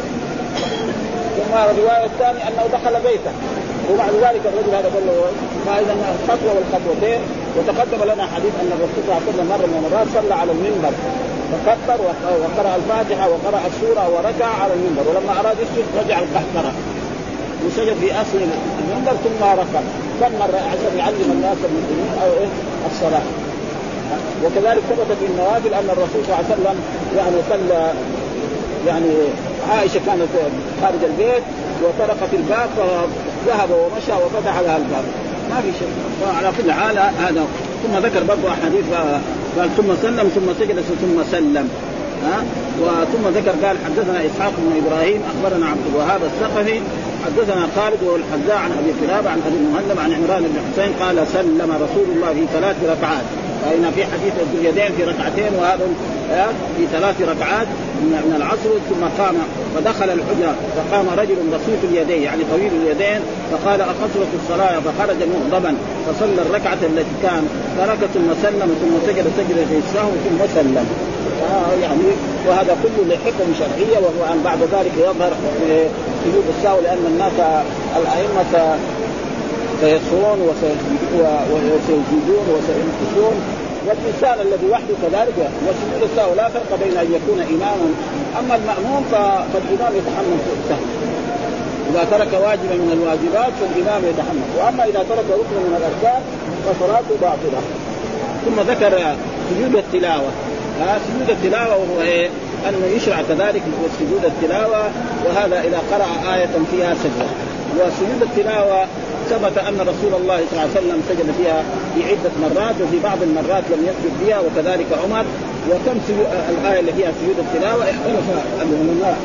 ثم الرواية الثانية أنه دخل بيته وبعد ذلك الرجل هذا قال له فإذا الخطوة والخطوتين. وتقدم لنا حديث أن الرسول صلى الله عليه وسلم مرة من المرات صلى على المنبر فكبر وقرأ الفاتحة وقرأ السورة وركع على المنبر، ولما أراد يسجد رجع القهقرة وسجد في أصل المنبر ثم ركع كم مرة عشان يعلم الناس المسلمين أو إيه الصلاة. وكذلك ثبت في النوافل أن الرسول صلى الله عليه وسلم يعني صلى يعني عائشة كانت خارج البيت وطرقت الباب فذهب ومشى وفتح لها الباب ما في شيء. وعلى كل حال هذا. ثم ذكر برضو أحاديث قال ثم سلم ثم سجد ثم سلم ها. وثم ذكر قال حدثنا إسحاق بن إبراهيم أخبرنا عبد الوهاب الثقفي حدثنا خالد والحذاء عن أبي قلابة عن أبي المهلب عن عمران بن حسين قال سلم رسول الله في ثلاث ركعات. فإن في حديث اليدين في ركعتين وهذا في ثلاث ركعات من العصر. ثم قام فدخل الحجرة فقام رجل بسيط اليدين يعني طويل اليدين فقال أقصرت الصلاة فخرج مغضبا فصلى الركعة التي كان ترك ثم سلم ثم سجد سجدة السهو ثم سلم يعني. وهذا كله لحكم شرعية وهو أن بعد ذلك يظهر سجود السهو لأن الناس الأئمة سيصرون وسيزيدون وسينقصون والإنسان الذي وحده كذلك. وسجود السهو لا فرق بين أن يكون إماما أما المأموم فالإمام يتحمل السهو إذا ترك واجبا من الواجبات فالإمام يتحمل، وأما إذا ترك ركن من الأركان فصلاته باطلة. ثم ذكر سجود التلاوة. سجود التلاوة وهو إيه؟ أنه يشرع كذلك سجود التلاوة وهذا إذا قرأ آية فيها سجدة. وسجود التلاوة ثبت أن رسول الله صلى الله عليه وسلم سجد فيها في عدة مرات وفي بعض المرات لم يسجد فيها وكذلك عمر. وكم الآية اللي فيها سجود التلاوة اختلف العلماء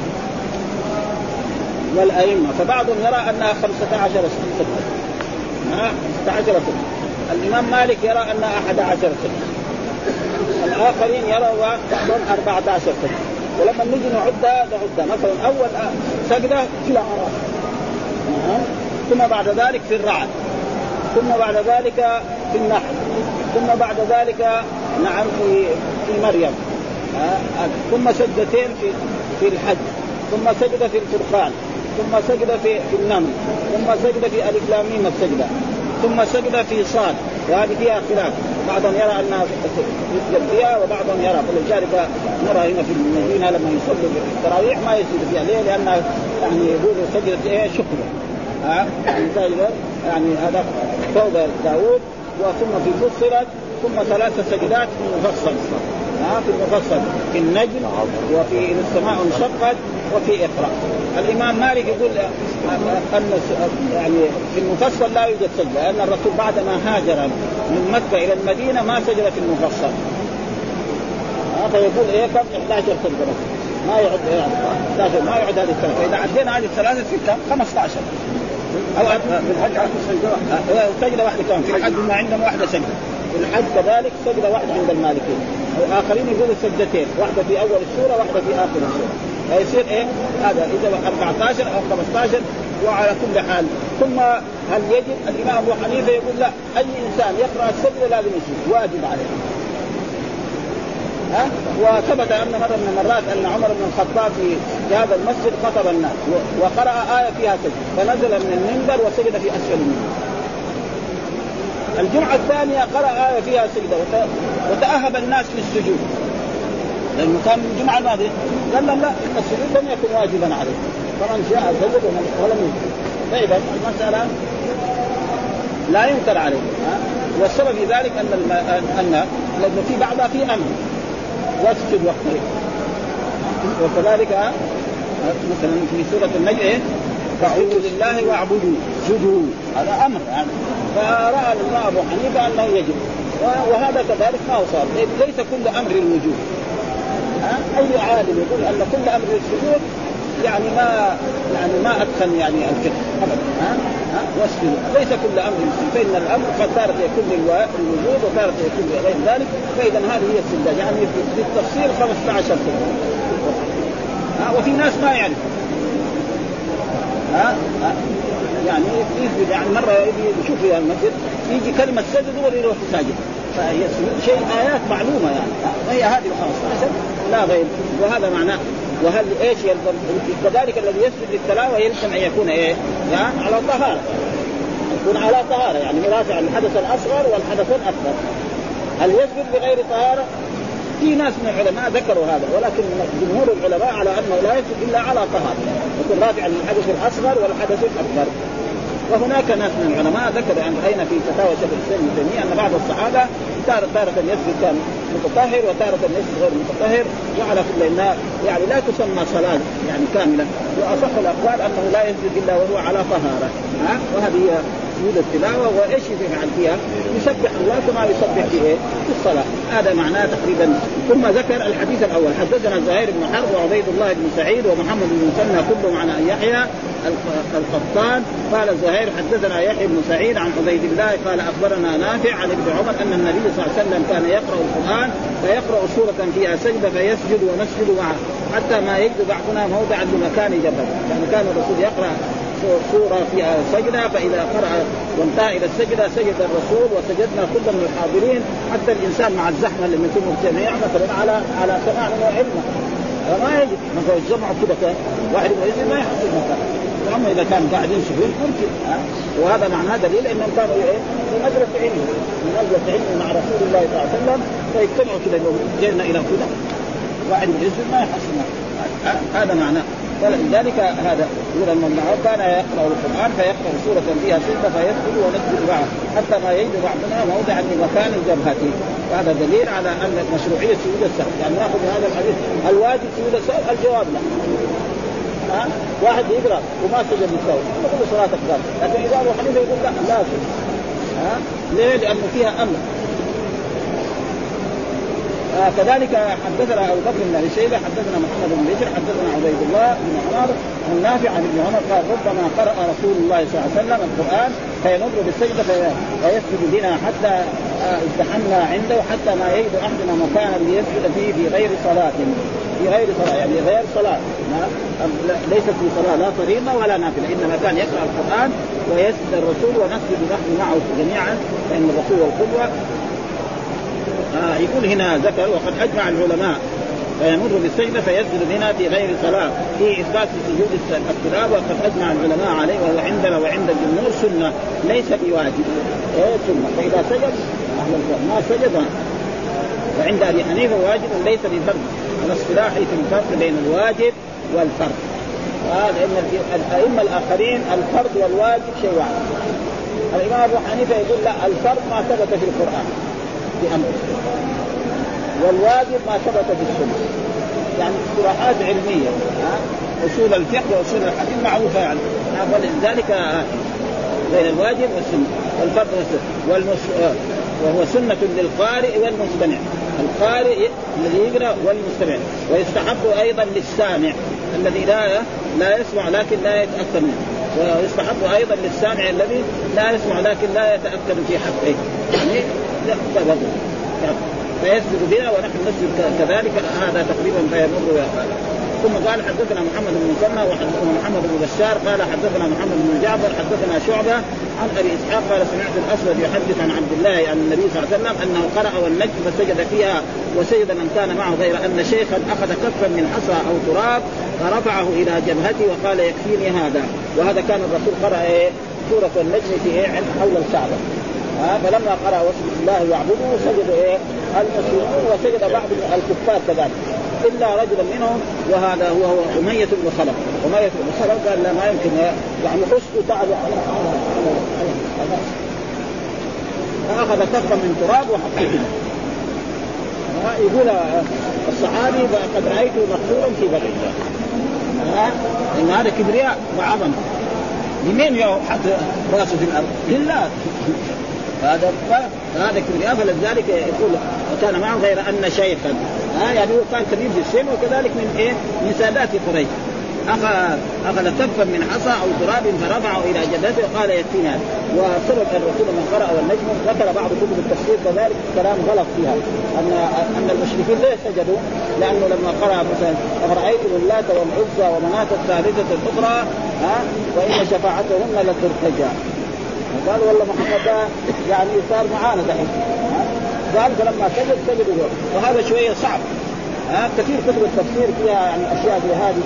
والأئمة فبعضهم يرى أنها خمسة عشر سجدة خمسة عشر سجدة. الإمام مالك يرى أنها أحد عشر سجدة. الآخرين يروا بعضهم أربعة عشر سجدة. ولما نجي نعدها نعدها مثلا أول سجدة في الأعراف ثم بعد ذلك في الرعد ثم بعد ذلك في النحل، ثم بعد ذلك نعم في في مريم، ثم سجدتين في في الحج، ثم سجد في الفرقان، ثم سجد في في النمل، ثم سجد في الف لام ميم السجده، ثم سجد في صاد، وهذه فيها خلاف، بعضهم يرى انها يسجد فيها وبعضهم يرى، فلذلك نرى هنا في المدينه لما يصلوا التراويح ما يسجد فيها، ليه؟ لانها يعني يقولوا سجدت ايه شكرا، ها يعني هذا توبه داوود، وثم في فصلت، ثم ثلاث سجدات في المفصل، ها في المفصل في النجم، وفي السماء انشقت، وفي اقرا. الامام مالك يقول ان يعني في المفصل لا يوجد سجده، لان الرسول بعد ما هاجر من مكه الى المدينه ما سجد في المفصل، ها فيقول ايه كم إحدى عشرة سجده، ما يعد إحدى عشرة، ما يعد هذه الثلاثه، فاذا عدينا هذه الثلاثه في خمسة عشر. أو في الحج عنده سجدة واحدة كمان، في الحج ما عندهم واحدة سجدة، في الحج كذلك سجدة واحدة عند المالكين، والآخرين يقولوا سجدتين، واحدة في أول السورة واحدة في آخر السورة، فيصير إيه هذا إذا أربعة عشر أو خمسة عشر. وعلى كل حال ثم هل يجب؟ الإمام أبو حنيفة يقول لا، أي إنسان يقرأ السجدة لازم يسجد، واجب عليه. ها؟ وثبت أن مرة من المرات أن عمر بن الخطاب في هذا المسجد خطب الناس وقرأ آية فيها سجد، فنزل من المنبر وسجد في أسفل المنبر. الجمعة الثانية قرأ آية فيها سجدة وتأهب الناس للسجود، لأنه كان الجمعة الماضية قال لا السجود لم يكن واجبا عليه، فمن شاء سجد ولم يسجد، فإذا المسألة لا ينكر عليه. والسبب في ذلك أن أن لأن في بعضها في أمر واسجد وقتين، وكذلك مثلا في سورة النجم فاعبدوا لله واعبدوا سجدوا، هذا أمر يعني. فرأى الإمام أبو حنيفة أنه يجب، وهذا كذلك ما هو صار، ليس كل أمر الوجوب. أي عالم يقول أن كل أمر السجود يعني ما يعني ما أدخل يعني الفقه أبدا، ها ها واسجد، ليس كل أمر السجود، فإن الأمر قد تارة يكون للوجوب وتارة يكون لغير ذلك، فإذا هذه هي السجدة يعني في التفسير خمسة عشر سنة. ها وفي ناس ما يعرف، ها ها يعني يسجد، يعني مرة يجي يشوف في المسجد يجي كلمة سجد ويروح ساجد، فهي شيء آيات معلومة يعني، هي هذه الخمسة عشر لا غير، وهذا معناه. وهل ايش يلزم؟ كذلك الذي يسجد للتلاوة يلزم ان يكون ايه؟ يعني على طهارة، يكون على طهارة، يعني مرافع الحدث الأصغر والحدث الأكبر. هل يسجد بغير طهارة؟ في ناس من العلماء ذكروا هذا، ولكن جمهور العلماء على أنه لا يسجد إلا على طهارة، يكون رافعا للحدث الأصغر والحدث الأكبر. وهناك ناس من العلماء ذكروا أن رأينا في فتاوى شيخ الإسلام ابن تيمية أن بعض الصحابة تارة تارة يسجد كان متطهر وتارة يسجد غير متطهر، وعلى كل إنها يعني لا تسمى صلاة يعني كاملة، وأصح الأقوال أنه لا يسجد إلا وهو على طهارة. ها وهذه هي سجود التلاوة. وإيش يفعل فيها؟ يسبح الله كما يسبح في إيه؟ في الصلاة، هذا معناه تقريبا. ثم ذكر الحديث الأول، حدثنا زهير بن حرب وعبيد الله بن سعيد ومحمد بن مسنى كلهم عن يحيى القطان. قال زهير حدثنا يحيى بن سعيد عن عبيد الله قال أخبرنا نافع عن ابن عمر أن النبي صلى الله عليه وسلم كان يقرأ القرآن فيقرأ سورة فيها سجدة فيسجد ونسجد معه حتى ما يجد بعضنا موضعا بمكان جبل، يعني كان الرسول يقرأ سورة فيها سجدة، فإذا قرأ وانتهى إلى السجدة سجد الرسول وسجدنا كل من الحاضرين، حتى الإنسان مع الزحمة لما يكون مجتمع مثلا على على سماع وعلمه فما يجب مثلا الجمع كده واحد يجب ما يحصل مكان، أما إذا كان قاعدين شهور ممكن. وهذا معناه دليل أنهم كانوا في مجلس علم من مجلس علم مع رسول الله صلى الله عليه وسلم، فيجتمعوا كده لو جئنا إلى كده واحد يجب ما يحصل مكان، هذا معناه. ولذلك هذا يقول أن النعام كان يقرأ القرآن فيقرأ سورة فيها سجدة فيسجد ونسجد معه حتى ما يجد بعضنا موضعا من مكان جبهته، وهذا دليل على أن مشروعية سجود السهو. يعني نأخذ هذا الحديث الواجب سجود السهو، الجواب لا. ها واحد يقرأ وما سجد السهو يقول صلاة أفضل، لكن إذا أبو حنيفة يقول لا لازم. ها ليه؟ لأنه فيها أمر. آه كذلك حدثنا ابو بكر بن ابي شيبه حدثنا محمد بن بشر حدثنا عبيد الله بن عمر عن نافع عن ابن عمر قال ربما قرأ رسول الله صلى الله عليه وسلم القرآن فيمر بالسجدة فيسجد بنا حتى ازدحمنا عنده حتى ما يجد احدنا مكانا ليسجد فيه في غير صلاة في غير صلاة يعني غير صلاة ليست في صلاة لا فريضة ولا نافلة إنما كان يقرأ القرآن ويسجد الرسول ونسجد نحن معه جميعا فإن الرسول والقدوة. آه يقول هنا ذكر وقد أجمع العلماء فيمر بالسجدة فيسجد بنا في غير صلاة في إثبات سجود التلاوة وقد أجمع العلماء عليه وهو عندنا وعند الجمهور سنة ليس بواجب إيه سنة فإذا سجد أهل الفرد ما سجد وعند أبي حنيفة واجب ليس بفرض الاصطلاح في الفرق بين الواجب والفرض. هذا لأن الأئمة الآخرين الفرض والواجب شيء واحد. الإمام أبو حنيفة يقول لا الفرض ما ثبت في القرآن بأمر والواجب ما ثبت في السنة يعني اصطلاحات علمية أصول الفقه وأصول الحديث معروفة يعني ولذلك بين الواجب والسنة والفرض والسنة والمس... وهو سنة للقارئ والمستمع القارئ الذي يقرأ والمستمع ويستحب أيضا للسامع الذي لا لا يسمع لكن لا يتأكد منه ويستحب أيضا للسامع الذي لا يسمع لكن لا يتأكد في حقه يعني فيسجد بنا ونحن نسجد كذلك هذا تقريبا فيمر ويقال. ثم قال حدثنا محمد بن مسنى وحدثنا محمد بن بشار قال حدثنا محمد بن جعفر حدثنا شعبة عن ابي اسحاق قال سمعت الاسود يحدث عن عبد الله عن النبي صلى الله عليه وسلم انه قرأ والنجم فسجد فيها وسجد من كان معه غير ان شيخا اخذ كفا من حصى او تراب فرفعه الى جبهته وقال يكفيني هذا. وهذا كان الرسول قرأ إيه سورة النجم في إيه حول الكعبة ها فلما قرأ واسجد الله يعبده سجد إيه المسلمون وسجد بعض الكفار كذلك إلا رجلا منهم وهذا هو أمية بن خلف. أمية بن خلف قال لا ما يمكن يعني خشت تعب على على فأخذ كفا من تراب وحطه يقول الصحابي قد رأيته مقتولا في بلده ها إن هذا كبرياء وعظمة لمين يحط راسه في الأرض لله هذا هذا كبرياء فلذلك يقول وكان معه غير أن شيخا ها يعني هو كان كبير في السن وكذلك من إيه من سادات قريش أخذ أخذ كفا من حصى أو تراب فرفعه إلى جبهته وقال يكفينا. وسبب الرسول من قرأ والنجم ذكر بعض كتب التفسير كذلك كلام غلط فيها أن أن المشركين ليه سجدوا لأنه لما قرأ مثلا أفرأيتم اللات والعزى ومناة الثالثة الأخرى ها وإن شفاعتهن لترتجى قال والله محمد يعني صار معانا دحين قال فلما سجد سجدوا وهذا شوية صعب ها كثير كتب التفسير فيها يعني أشياء في هذه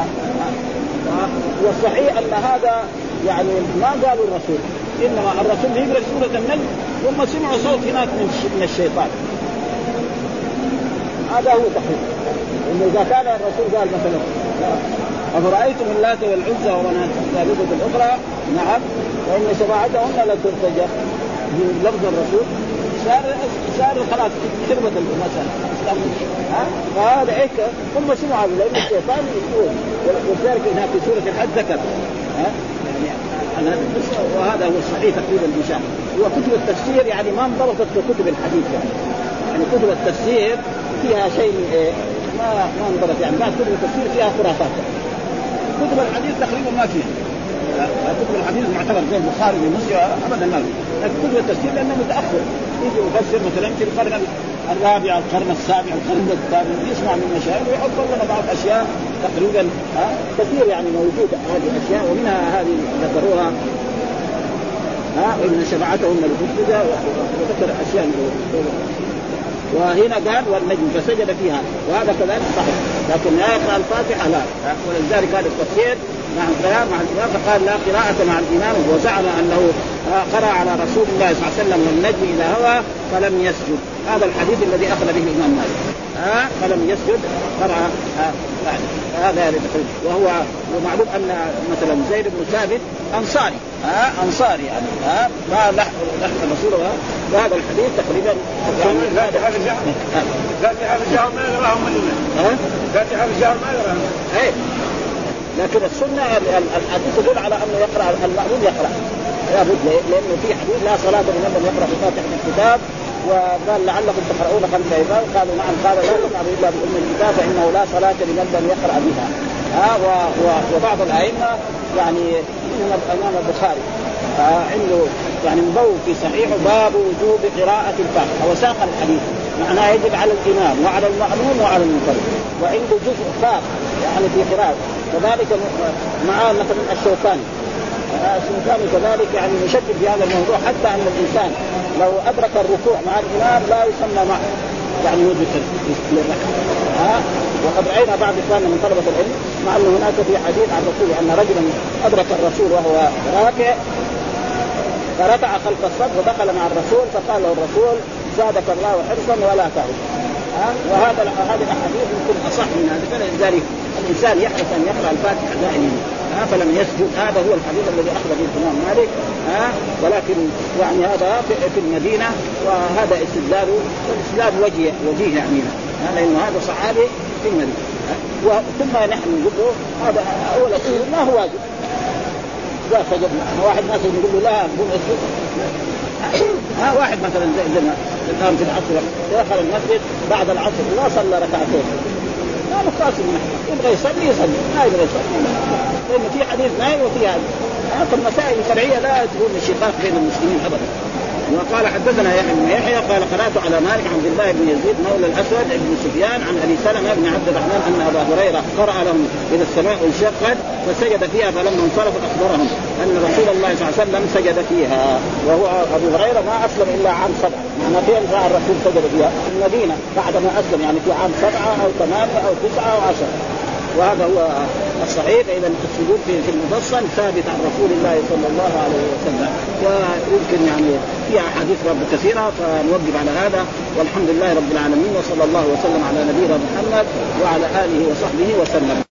والصحيح أن هذا يعني ما قالوا الرسول إنما الرسول يقرأ سورة النجم ثم سمعوا صوت هناك من الشيطان هذا هو تحريف. إنه إذا كان الرسول قال مثلا أفرأيتم اللات والعزى ومناة الثالثة الأخرى نعم وإن شفاعتهن لترتجى من لفظ الرسول صار صار خلاص حرمة المسألة ها فهذا إيه ثم سمعوا لأن الشيطان يقول وذلك هنا في سورة الحج ذكر ها يعني هذا وهذا هو الصحيح تقريبا إن شاء الله. وكتب التفسير يعني ما انضبطت كتب الحديث يعني يعني كتب التفسير فيها شيء إيه ما ما انضبط يعني بعض كتب التفسير فيها خرافات كتب الحديث تقريبا ما فيها كتب الحديث معتبر زي البخاري ومسلم ابدا ما لكن كتب التفسير لانه متاخر يجي يفسر مثلا في القرن الرابع القرن السابع القرن الثامن يسمع من مشايخ ويحط لنا بعض اشياء تقريبا ها كثير يعني موجوده هذه الاشياء ومنها هذه ذكروها ها ومن شفاعتهم للمسجد وذكر اشياء وهنا قال والنجم فسجد فيها وهذا كذلك صحيح لكن لا يقرأ الفاتحة لا ولذلك هذا التفسير مع القراءة مع الإمام فقال لا قراءة مع الإمام وزعم أنه قرأ على رسول الله صلى الله عليه وسلم والنجم إذا هوى فلم يسجد. هذا الحديث الذي أخذ به الإمام مالك ها فلم يسجد قرأ هذا يعني وهو ومعلوم أن مثلا زيد بن ثابت أنصاري ها أنصاري يعني ها ما لحق الرسول وهذا الحديث تقريبا فاتحة الجهر فاتحة الجهر ما يقرأهم من فاتحة الجهر ما يقرأهم ايه لكن السنة الحديث يدل على أنه يقرأ المأموم يقرأ لابد لأنه في حديث لا صلاة لمن لم يقرأ بفاتحة الكتاب وقال لعلكم تقرؤون خلف الإمام، قالوا نعم، قال لا تفعلوا إلا بأم الكتاب فإنه لا صلاة لمن لم يقرأ بها. ها وبعض الأئمة يعني من الإمام البخاري عنده يعني مبوب في صحيحه باب وجوب قراءة الفاتحة وساق الحديث، معناه يجب على الإمام وعلى المأموم وعلى المنفرد، وعنده جزء خاص يعني في قراءة. كذلك معاه مثلا الشوكاني الشوكاني كذلك يعني يشدد في هذا الموضوع، حتى أن الإنسان لو أدرك الركوع مع الإمام لا يسمى معه يعني وجود للركعة. ها وقد رأينا بعض إخواننا من طلبة العلم مع أن هناك في حديث عن الرسول أن رجلا أدرك الرسول وهو راكع فركع خلف الصف ودخل مع الرسول فقال له الرسول زادك الله حرصا ولا تعود. ها وهذا هذه الأحاديث يمكن أصح من هذا، فلذلك الإنسان يحرص أن يقرأ الفاتحة دائما ها فلم يسجد. هذا هو الحديث الذي أخذ به الإمام مالك. ها ولكن يعني هذا في المدينة وهذا استدلال والاستدلال وجيه وجيه يعني لأنه هذا صحابي في المدينة. ثم نحن نقول له هذا أول أصول ما هو واجب. إذا سجدنا واحد مثلا يقول له لا قم اسجد، ها واحد مثلا زي زي الآن في العصر دخل المسجد بعد العصر لا صلى ركعتين لا مقاصد منه، يبغى يصلي يصلي ما يبغى يصلي، لأن في حديث نهي وفي هذا. فالمسائل الفرعية لا تكون الشقاق بين المسلمين أبدا. وقال حدثنا يحيى بن يحيى قال قرأت على مالك عن عبد الله بن يزيد مولى الأسود بن سفيان عن أبي سلمة بن عبد الرحمن أن أبا هريرة قرأ لهم إذا السماء انشقت فسجد فيها، فلما انصرف أخبرهم أن رسول الله صلى الله عليه وسلم سجد فيها. وهو أبو هريرة ما أسلم إلا عام سبعة، معنى فين رأى الرسول سجد فيها؟ في المدينة بعد ما أسلم، يعني في عام سبعة أو ثمانية أو تسعة أو عشرة. وهذا هو الصحيح. إذا السجود في المفصل ثابت عن رسول الله صلى الله عليه وسلم، ويمكن يعني فيها أحاديث رب كثيرة فنوقف على هذا. والحمد لله رب العالمين، وصلى الله وسلم على نبينا محمد وعلى آله وصحبه وسلم.